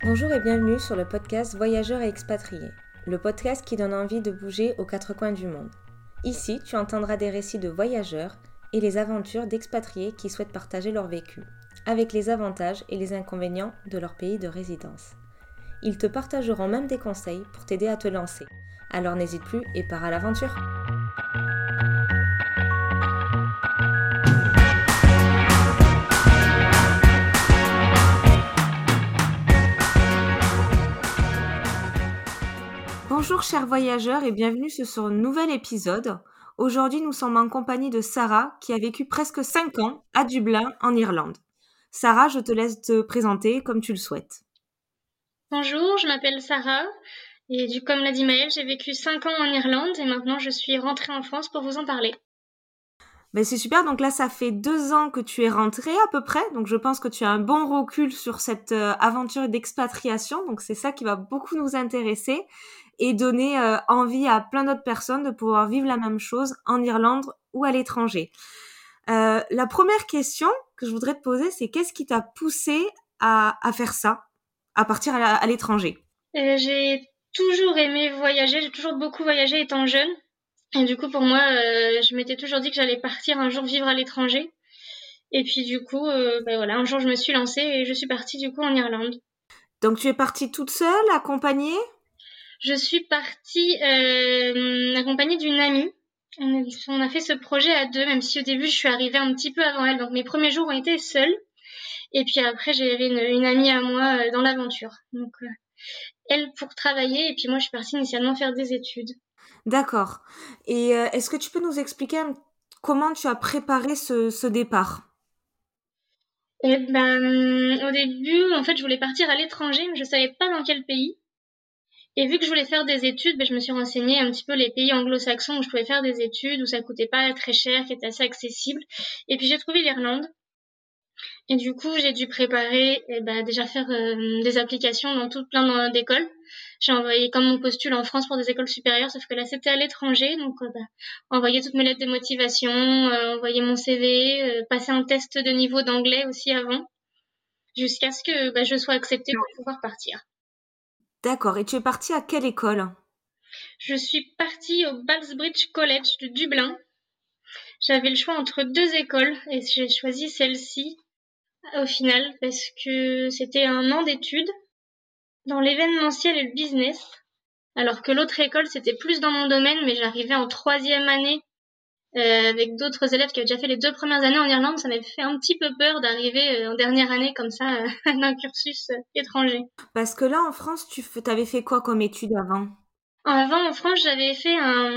Bonjour et bienvenue sur le podcast Voyageurs et expatriés, le podcast qui donne envie de bouger aux quatre coins du monde. Ici, tu entendras des récits de voyageurs et les aventures d'expatriés qui souhaitent partager leur vécu, avec les avantages et les inconvénients de leur pays de résidence. Ils te partageront même des conseils pour t'aider à te lancer. Alors n'hésite plus et pars à l'aventure! Bonjour chers voyageurs et bienvenue sur ce nouvel épisode. Aujourd'hui nous sommes en compagnie de Sarah qui a vécu presque 5 ans à Dublin en Irlande. Sarah, je te laisse te présenter comme tu le souhaites. Bonjour, je m'appelle Sarah et comme l'a dit Maëlle, j'ai vécu 5 ans en Irlande et maintenant je suis rentrée en France pour vous en parler. Ben c'est super, donc là ça fait 2 ans que tu es rentrée à peu près, donc je pense que tu as un bon recul sur cette aventure d'expatriation, donc c'est ça qui va beaucoup nous intéresser et donner envie à plein d'autres personnes de pouvoir vivre la même chose en Irlande ou à l'étranger. La première question que je voudrais te poser, c'est qu'est-ce qui t'a poussé à faire ça, à partir à l'étranger? J'ai toujours aimé voyager, j'ai toujours beaucoup voyagé étant jeune. Et du coup, pour moi, je m'étais toujours dit que j'allais partir un jour vivre à l'étranger. Et puis du coup, voilà, un jour je me suis lancée et je suis partie du coup en Irlande. Donc tu es partie toute seule, accompagnée? Je suis partie accompagnée d'une amie. On a fait ce projet à deux, même si au début je suis arrivée un petit peu avant elle. Donc mes premiers jours ont été seuls. Et puis après, j'avais une amie à moi dans l'aventure. Donc elle pour travailler et puis moi je suis partie initialement faire des études. D'accord. Et est-ce que tu peux nous expliquer comment tu as préparé ce départ? Et au début, en fait, je voulais partir à l'étranger, mais je savais pas dans quel pays. Et vu que je voulais faire des études, je me suis renseignée un petit peu les pays anglo-saxons où je pouvais faire des études, où ça coûtait pas très cher, qui était assez accessible. Et puis j'ai trouvé l'Irlande. Et du coup, j'ai dû préparer, déjà faire des applications dans plein d'écoles. J'ai envoyé comme mon postule en France pour des écoles supérieures, sauf que là c'était à l'étranger, donc envoyer toutes mes lettres de motivation, envoyer mon CV, passer un test de niveau d'anglais aussi avant, jusqu'à ce que je sois acceptée pour pouvoir partir. D'accord. Et tu es partie à quelle école? Je suis partie au Ballsbridge College de Dublin. J'avais le choix entre deux écoles et j'ai choisi celle-ci au final parce que c'était un an d'études dans l'événementiel et le business, alors que l'autre école, c'était plus dans mon domaine, mais j'arrivais en troisième année avec d'autres élèves qui avaient déjà fait les 2 premières années en Irlande. Ça m'avait fait un petit peu peur d'arriver en dernière année comme ça d'un cursus étranger. Parce que là, en France, t'avais fait quoi comme études avant? Avant, en France, j'avais fait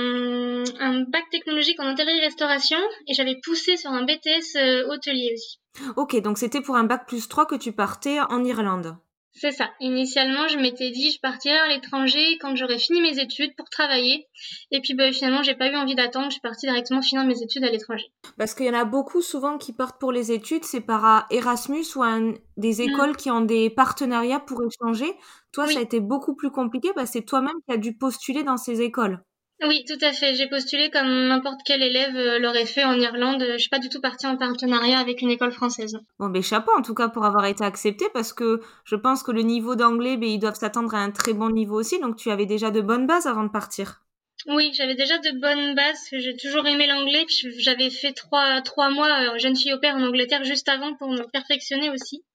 un bac technologique en hôtellerie-restauration et j'avais poussé sur un BTS hôtelier aussi. Ok, donc c'était pour un bac+3 que tu partais en Irlande. C'est ça. Initialement, je m'étais dit, je partirai à l'étranger quand j'aurais fini mes études pour travailler. Et puis, finalement, j'ai pas eu envie d'attendre. Je suis partie directement finir mes études à l'étranger. Parce qu'il y en a beaucoup souvent qui partent pour les études, c'est par Erasmus ou des Mm. écoles qui ont des partenariats pour échanger. Toi, ça a Oui, été beaucoup plus compliqué parce que c'est toi-même qui as dû postuler dans ces écoles. oui, tout à fait. J'ai postulé comme n'importe quel élève l'aurait fait en Irlande. Je suis pas du tout partie en partenariat avec une école française. Bon, ben chapeau en tout cas pour avoir été accepté parce que je pense que le niveau d'anglais, ben, ils doivent s'attendre à un très bon niveau aussi. Donc tu avais déjà de bonnes bases avant de partir. Oui, j'avais déjà de bonnes bases. J'ai toujours aimé l'anglais. Puis j'avais fait trois mois jeune fille au pair en Angleterre juste avant pour me perfectionner aussi.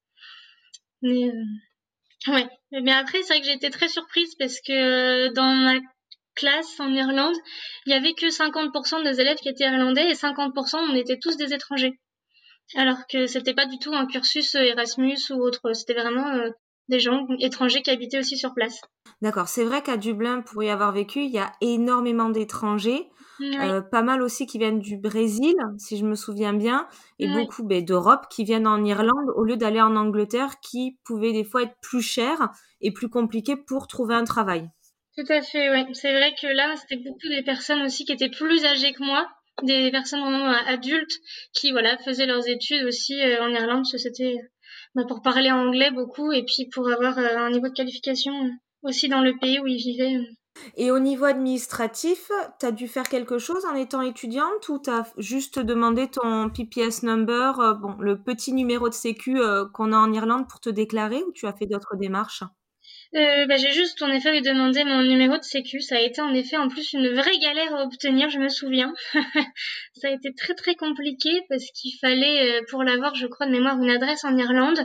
Mais ouais. Mais après, c'est vrai que j'ai été très surprise parce que dans ma classe en Irlande, il y avait que 50% des élèves qui étaient irlandais et 50% on était tous des étrangers. Alors que c'était pas du tout un cursus Erasmus ou autre, c'était vraiment des gens étrangers qui habitaient aussi sur place. D'accord, c'est vrai qu'à Dublin, pour y avoir vécu, il y a énormément d'étrangers, Oui, pas mal aussi qui viennent du Brésil, si je me souviens bien, et oui, beaucoup d'Europe qui viennent en Irlande au lieu d'aller en Angleterre, qui pouvait des fois être plus cher et plus compliqué pour trouver un travail. tout à fait, oui. C'est vrai que là, c'était beaucoup des personnes aussi qui étaient plus âgées que moi, des personnes vraiment adultes qui voilà faisaient leurs études aussi en Irlande, parce que c'était pour parler anglais beaucoup et puis pour avoir un niveau de qualification aussi dans le pays où ils vivaient. Et au niveau administratif, tu as dû faire quelque chose en étant étudiante ou tu as juste demandé ton PPS number, bon, le petit numéro de sécu qu'on a en Irlande pour te déclarer ou tu as fait d'autres démarches? J'ai juste en effet lui demandé mon numéro de sécu. Ça a été en effet en plus une vraie galère à obtenir, je me souviens. Ça a été très très compliqué parce qu'il fallait pour l'avoir, je crois de mémoire, une adresse en Irlande.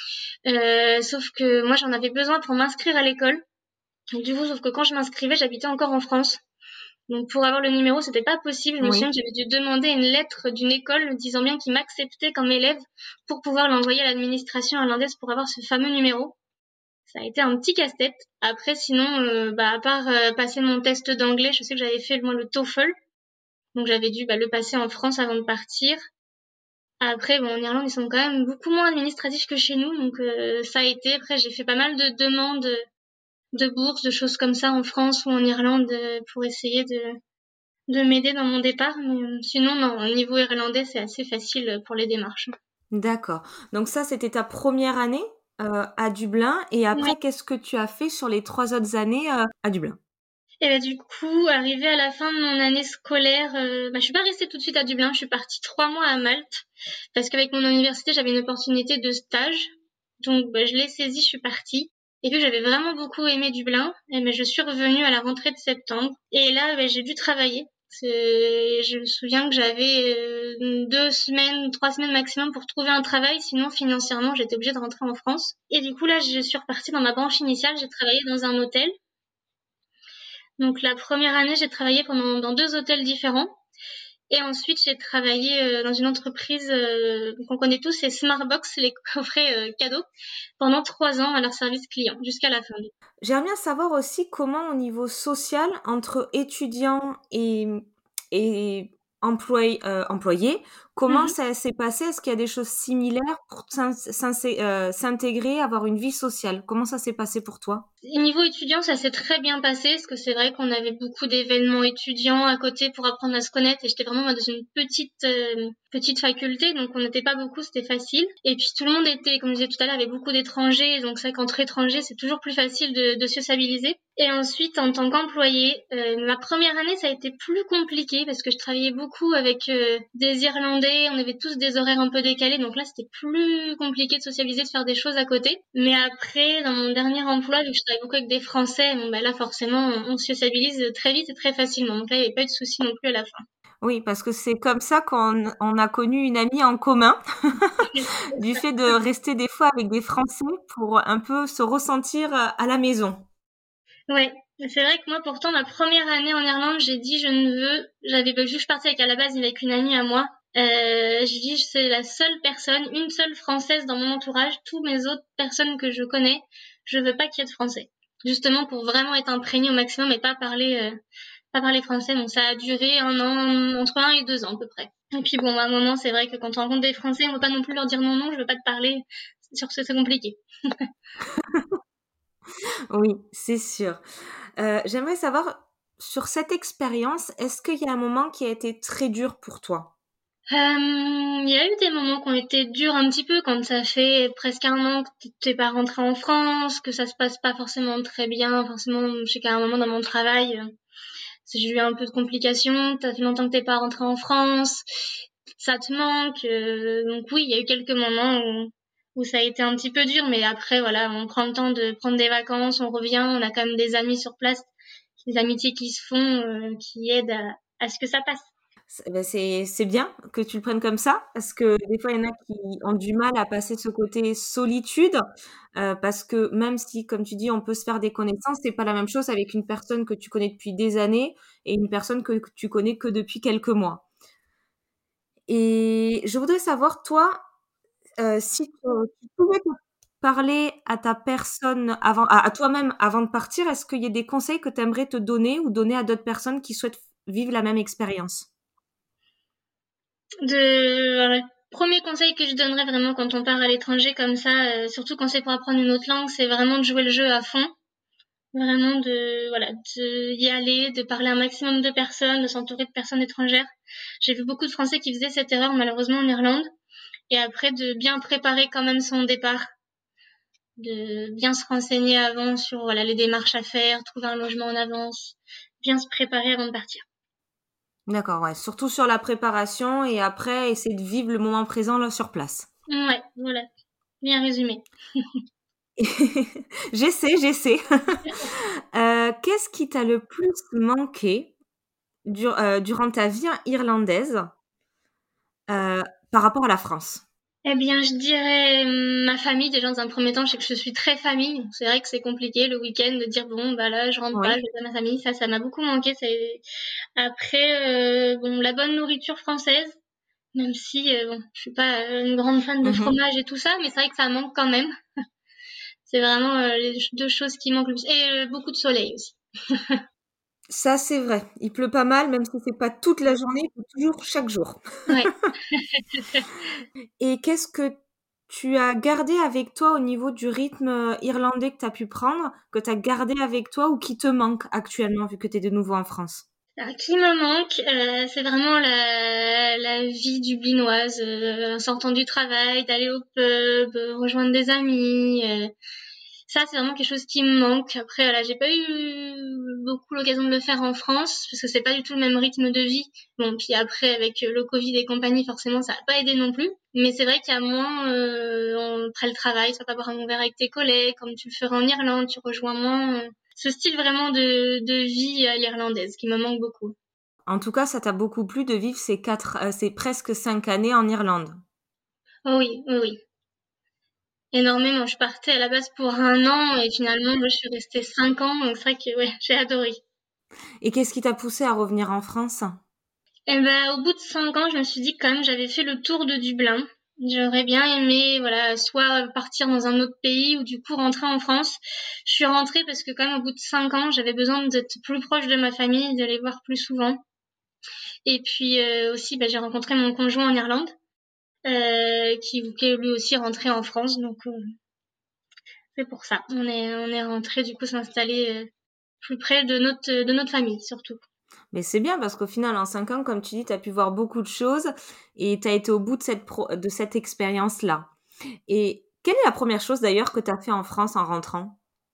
Sauf que moi j'en avais besoin pour m'inscrire à l'école. Donc, du coup, sauf que quand je m'inscrivais, j'habitais encore en France. Donc pour avoir le numéro, c'était pas possible. Je me Oui. souviens que j'avais dû demander une lettre d'une école disant bien qu'ils m'acceptaient comme élève pour pouvoir l'envoyer à l'administration irlandaise pour avoir ce fameux numéro. Ça a été un petit casse-tête. Après, sinon, à part passer mon test d'anglais, je sais que j'avais fait moi le TOEFL, donc j'avais dû le passer en France avant de partir. Après, bon, en Irlande, ils sont quand même beaucoup moins administratifs que chez nous, donc ça a été. Après, j'ai fait pas mal de demandes de bourses, de choses comme ça en France ou en Irlande pour essayer de m'aider dans mon départ. Mais sinon, non, au niveau irlandais, c'est assez facile pour les démarches. D'accord. Donc ça, c'était ta première année à Dublin. Et Ouais. après, qu'est-ce que tu as fait sur les 3 autres années à Dublin? Et du coup, arrivée à la fin de mon année scolaire, je suis pas restée tout de suite à Dublin, je suis partie 3 mois à Malte parce qu'avec mon université, j'avais une opportunité de stage. Donc, je l'ai saisie, je suis partie. Et puis, j'avais vraiment beaucoup aimé Dublin. Et je suis revenue à la rentrée de septembre. Et là, j'ai dû travailler. Je me souviens que j'avais 2 semaines, 3 semaines maximum pour trouver un travail. Sinon, financièrement, j'étais obligée de rentrer en France. Et du coup, là, je suis repartie dans ma branche initiale. J'ai travaillé dans un hôtel. Donc la première année, j'ai travaillé dans 2 hôtels différents. Et ensuite, j'ai travaillé dans une entreprise qu'on connaît tous, c'est Smartbox, les coffrets cadeaux, pendant 3 ans à leur service client, jusqu'à la fin. J'aimerais bien savoir aussi comment au niveau social, entre étudiants et employés, comment Mhm. ça s'est passé? Est-ce qu'il y a des choses similaires pour s'intégrer, avoir une vie sociale? Comment ça s'est passé pour toi? Et niveau étudiant, ça s'est très bien passé, parce que c'est vrai qu'on avait beaucoup d'événements étudiants à côté pour apprendre à se connaître, et j'étais vraiment dans une petite faculté, donc on n'était pas beaucoup, c'était facile. Et puis tout le monde était, comme je disais tout à l'heure, avait beaucoup d'étrangers, donc c'est vrai qu'entre étrangers, c'est toujours plus facile de sociabiliser. Et ensuite, en tant qu'employée, ma première année, ça a été plus compliqué, parce que je travaillais beaucoup avec des Irlandais, on avait tous des horaires un peu décalés, donc là, c'était plus compliqué de socialiser, de faire des choses à côté. Mais après, dans mon dernier emploi, vu que je travaille beaucoup avec des Français, bon, là, forcément, on se sociabilise très vite et très facilement. Donc là, il n'y avait pas eu de soucis non plus à la fin. Oui, parce que c'est comme ça qu'on a connu une amie en commun, du fait de rester des fois avec des Français pour un peu se ressentir à la maison. Ouais, c'est vrai que moi, pourtant, ma première année en Irlande, j'ai dit je ne veux. Je suis partie avec à la base avec une amie à moi. J'ai dit c'est la seule personne, une seule Française dans mon entourage. Toutes mes autres personnes que je connais, je veux pas qu'il y ait de Français. Justement pour vraiment être imprégnée au maximum et pas parler français. Donc ça a duré un an, entre 1 et 2 ans à peu près. Et puis bon, à un moment, c'est vrai que quand on rencontre des Français, on ne veut pas non plus leur dire non, non, je veux pas te parler. Sur ce, c'est compliqué. Oui, c'est sûr. J'aimerais savoir, sur cette expérience, est-ce qu'il y a un moment qui a été très dur pour toi? Il y a eu des moments qui ont été durs un petit peu quand ça fait presque un an que t'es pas rentré en France, que ça se passe pas forcément très bien. Forcément, je sais qu'à un moment dans mon travail, j'ai eu un peu de complications. Ça fait longtemps que t'es pas rentré en France, ça te manque. Donc oui, il y a eu quelques moments où ça a été un petit peu dur, mais après voilà, on prend le temps de prendre des vacances, on revient, on a quand même des amis sur place, des amitiés qui se font, qui aident à ce que ça passe. C'est bien que tu le prennes comme ça, parce que des fois, il y en a qui ont du mal à passer de ce côté solitude, parce que même si, comme tu dis, on peut se faire des connaissances, c'est pas la même chose avec une personne que tu connais depuis des années et une personne que tu connais que depuis quelques mois. Et je voudrais savoir, toi, si tu pouvais te parler à ta personne avant, à toi-même avant de partir, est-ce qu'il y a des conseils que tu aimerais te donner ou donner à d'autres personnes qui souhaitent vivre la même expérience? Voilà, premier conseil que je donnerais vraiment quand on part à l'étranger comme ça, surtout quand c'est pour apprendre une autre langue, c'est vraiment de jouer le jeu à fond. Vraiment de y aller, de parler un maximum de personnes, de s'entourer de personnes étrangères. J'ai vu beaucoup de Français qui faisaient cette erreur malheureusement en Irlande. Et après de bien préparer quand même son départ, de bien se renseigner avant sur voilà les démarches à faire, trouver un logement en avance, bien se préparer avant de partir. D'accord, ouais, surtout sur la préparation et après essayer de vivre le moment présent là sur place. Ouais, voilà, bien résumé. J'essaie. Qu'est-ce qui t'a le plus manqué durant ta vie irlandaise, heu, par rapport à la France? Eh bien, je dirais ma famille. Déjà, dans un premier temps, je sais que je suis très famille. Donc c'est vrai que c'est compliqué le week-end de dire bon, bah là, je rentre pas, je Oui. vais pas ma famille. Ça m'a beaucoup manqué. Après, bon, la bonne nourriture française, même si bon, je suis pas une grande fan de Mmh. fromage et tout ça, mais c'est vrai que ça manque quand même. C'est vraiment les deux choses qui manquent le plus. Et beaucoup de soleil aussi. Ça, c'est vrai. Il pleut pas mal, même si c'est pas toute la journée, il pleut toujours chaque jour. Ouais. Et qu'est-ce que tu as gardé avec toi au niveau du rythme, irlandais que tu as pu prendre, que tu as gardé avec toi ou qui te manque actuellement vu que tu es de nouveau en France? Alors, qui me manque, c'est vraiment la vie dublinoise, en sortant du travail, d'aller au pub, rejoindre des amis. Ça, c'est vraiment quelque chose qui me manque. Après, voilà, j'ai pas eu beaucoup l'occasion de le faire en France, parce que c'est pas du tout le même rythme de vie. Bon, puis après, avec le Covid et compagnie, forcément, ça a pas aidé non plus. Mais c'est vrai qu'il y a moins, après le travail, tu vas pas boire un verre avec tes collègues, comme tu le ferais en Irlande, tu rejoins moins ce style vraiment de vie à l'irlandaise, qui me manque beaucoup. En tout cas, ça t'a beaucoup plu de vivre ces presque 5 années en Irlande. Oh oui, oui, oui. Énormément. Je partais à la base pour 1 an et finalement, moi, je suis restée 5 ans. Donc c'est vrai que ouais, j'ai adoré. Et qu'est-ce qui t'a poussé à revenir en France? Et ben, au bout de 5 ans, je me suis dit que quand même, j'avais fait le tour de Dublin. J'aurais bien aimé, voilà, soit partir dans un autre pays ou du coup rentrer en France. Je suis rentrée parce que quand même, au bout de 5 ans, j'avais besoin d'être plus proche de ma famille, de les voir plus souvent. Et puis aussi, bah, j'ai rencontré mon conjoint en Irlande, qui est lui aussi rentré en France. Donc c'est pour ça. On est rentré du coup s'installer plus près de notre famille surtout. Mais c'est bien parce qu'au final, en 5 ans, comme tu dis, tu as pu voir beaucoup de choses et tu as été au bout de cette expérience-là. Et quelle est la première chose d'ailleurs que tu as fait en France en rentrant?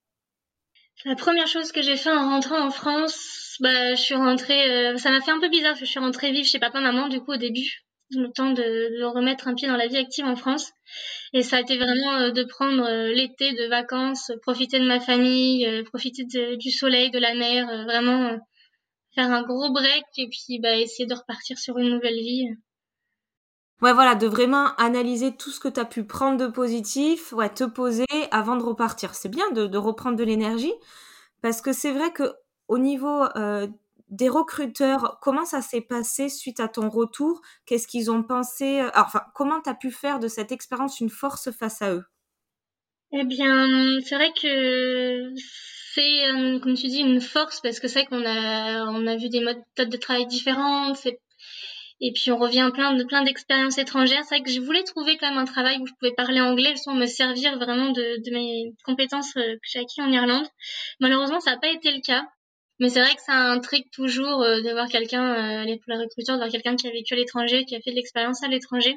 La première chose que j'ai fait en rentrant en France, bah, je suis rentrée. Ça m'a fait un peu bizarre parce que je suis rentrée vivre chez papa maman du coup au début, le temps de remettre un pied dans la vie active en France. Et ça a été vraiment de prendre l'été de vacances, profiter de ma famille, profiter du soleil, de la mer, vraiment faire un gros break et puis bah, essayer de repartir sur une nouvelle vie. Ouais, voilà, de vraiment analyser tout ce que tu as pu prendre de positif, ouais, te poser avant de repartir. C'est bien de reprendre de l'énergie parce que c'est vrai que au niveau, des recruteurs, comment ça s'est passé suite à ton retour? Qu'est-ce qu'ils ont pensé? Enfin, comment tu as pu faire de cette expérience une force face à eux? Eh bien, c'est vrai que c'est, comme tu dis, une force parce que c'est vrai qu'on a vu des méthodes de travail différentes. Et puis on revient plein d'expériences étrangères. C'est vrai que je voulais trouver quand même un travail où je pouvais parler anglais, sans me servir vraiment de mes compétences que j'ai acquises en Irlande. Malheureusement, ça n'a pas été le cas. Mais c'est vrai que ça intrigue toujours de voir quelqu'un, pour les recruteurs, de voir quelqu'un qui a vécu à l'étranger, qui a fait de l'expérience à l'étranger.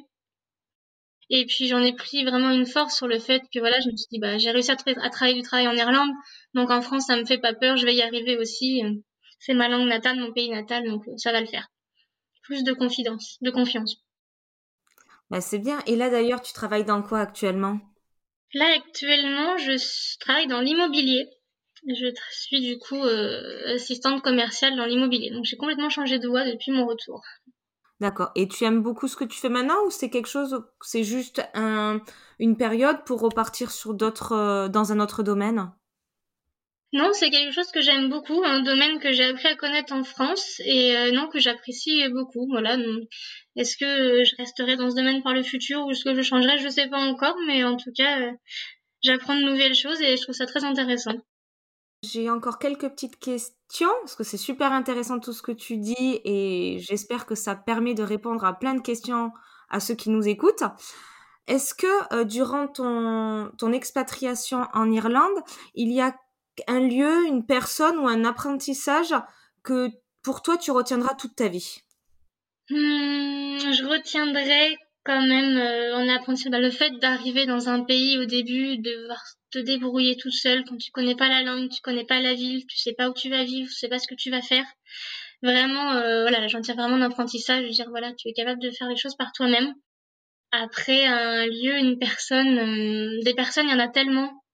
Et puis j'en ai pris vraiment une force sur le fait que voilà, je me suis dit bah j'ai réussi à travailler du travail en Irlande, donc en France ça me fait pas peur, je vais y arriver aussi. C'est ma langue natale, mon pays natal, donc ça va le faire. Plus de confiance. Bah, c'est bien et là, d'ailleurs, tu travailles dans quoi actuellement? Là actuellement, travaille dans l'immobilier. Je suis du coup assistante commerciale dans l'immobilier. Donc j'ai complètement changé de voie depuis mon retour. D'accord et tu aimes beaucoup ce que tu fais maintenant ou c'est quelque chose c'est juste une période pour repartir sur dans un autre domaine? Non, c'est quelque chose que j'aime beaucoup, un domaine que j'ai appris à connaître en France et non, que j'apprécie beaucoup. Voilà, donc est-ce que je resterai dans ce domaine par le futur ou est-ce que je changerai? Je sais pas encore, mais en tout cas, j'apprends de nouvelles choses et je trouve ça très intéressant. J'ai encore quelques petites questions, parce que c'est super intéressant tout ce que tu dis et j'espère que ça permet de répondre à plein de questions à ceux qui nous écoutent. Est-ce que durant ton expatriation en Irlande, il y a un lieu, une personne ou un apprentissage que pour toi tu retiendras toute ta vie? Je retiendrai quand même en apprentissage le fait d'arriver dans un pays au début, de devoir te débrouiller tout seul quand tu connais pas la langue, tu connais pas la ville, tu sais pas où tu vas vivre, tu sais pas ce que tu vas faire. Vraiment, voilà, j'en tire vraiment d'apprentissage, de dire voilà, tu es capable de faire les choses par toi-même. Après, un lieu, une personne, des personnes, il y en a tellement.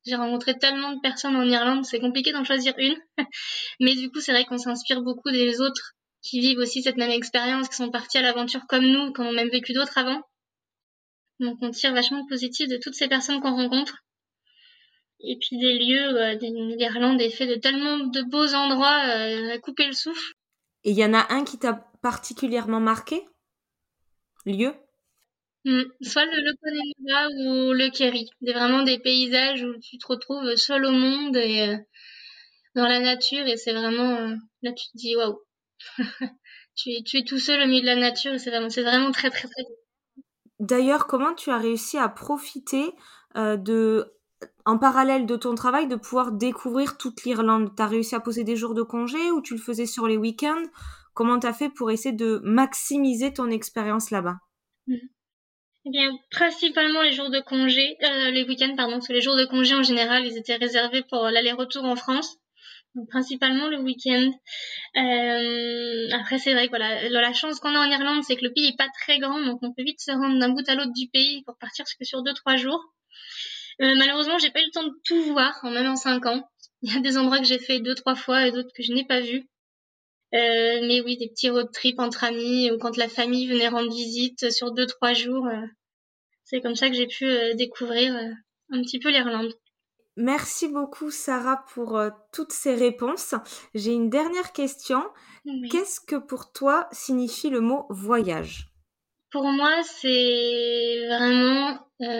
J'ai rencontré tellement de personnes en Irlande, c'est compliqué d'en choisir une. Mais du coup, c'est vrai qu'on s'inspire beaucoup des autres qui vivent aussi cette même expérience, qui sont partis à l'aventure comme nous, qui en ont même vécu d'autres avant. Donc on tire vachement de positif de toutes ces personnes qu'on rencontre. Et puis des lieux, l'Irlande est fait de tellement de beaux endroits à couper le souffle. Et il y en a un qui t'a particulièrement marqué? Lieu? Soit le Connemara ou le Kerry. C'est vraiment des paysages où tu te retrouves seul au monde et dans la nature et c'est vraiment là tu te dis waouh. Tu es tout seul au milieu de la nature et c'est vraiment très très très beau. D'ailleurs, comment tu as réussi à profiter de, en parallèle de ton travail, de pouvoir découvrir toute l'Irlande? T'as réussi à poser des jours de congé ou tu le faisais sur les week-ends? Comment t'as fait pour essayer de maximiser ton expérience là-bas? Mm. Eh bien, principalement les jours de congé, les week-ends, pardon, parce que les jours de congé en général, ils étaient réservés pour l'aller-retour en France. Donc, principalement le week-end. Après, c'est vrai que voilà, la chance qu'on a en Irlande, c'est que le pays est pas très grand, donc on peut vite se rendre d'un bout à l'autre du pays pour partir que sur 2-3 jours. Malheureusement, j'ai pas eu le temps de tout voir, même en 5 ans. Il y a des endroits que j'ai fait 2-3 fois et d'autres que je n'ai pas vus. Mais oui, des petits road trips entre amis ou quand la famille venait rendre visite sur 2-3 jours. C'est comme ça que j'ai pu découvrir un petit peu l'Irlande. Merci beaucoup Sarah pour toutes ces réponses. J'ai une dernière question. Oui. Qu'est-ce que pour toi signifie le mot voyage? Pour moi, c'est vraiment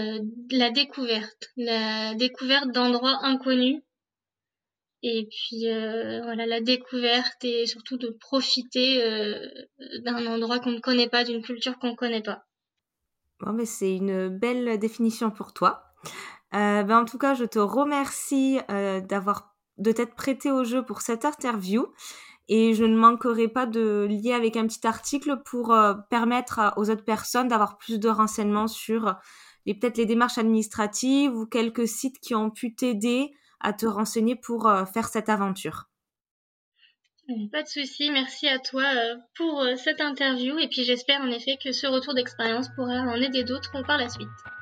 la découverte d'endroits inconnus. Et puis voilà, la découverte et surtout de profiter d'un endroit qu'on ne connaît pas, d'une culture qu'on ne connaît pas. Bon, mais c'est une belle définition pour toi. Ben, en tout cas, je te remercie de t'être prêté au jeu pour cette interview et je ne manquerai pas de lier avec un petit article pour permettre aux autres personnes d'avoir plus de renseignements sur peut-être les démarches administratives ou quelques sites qui ont pu t'aider à te renseigner pour faire cette aventure. Pas de souci, merci à toi pour cette interview et puis j'espère en effet que ce retour d'expérience pourra en aider d'autres par la suite.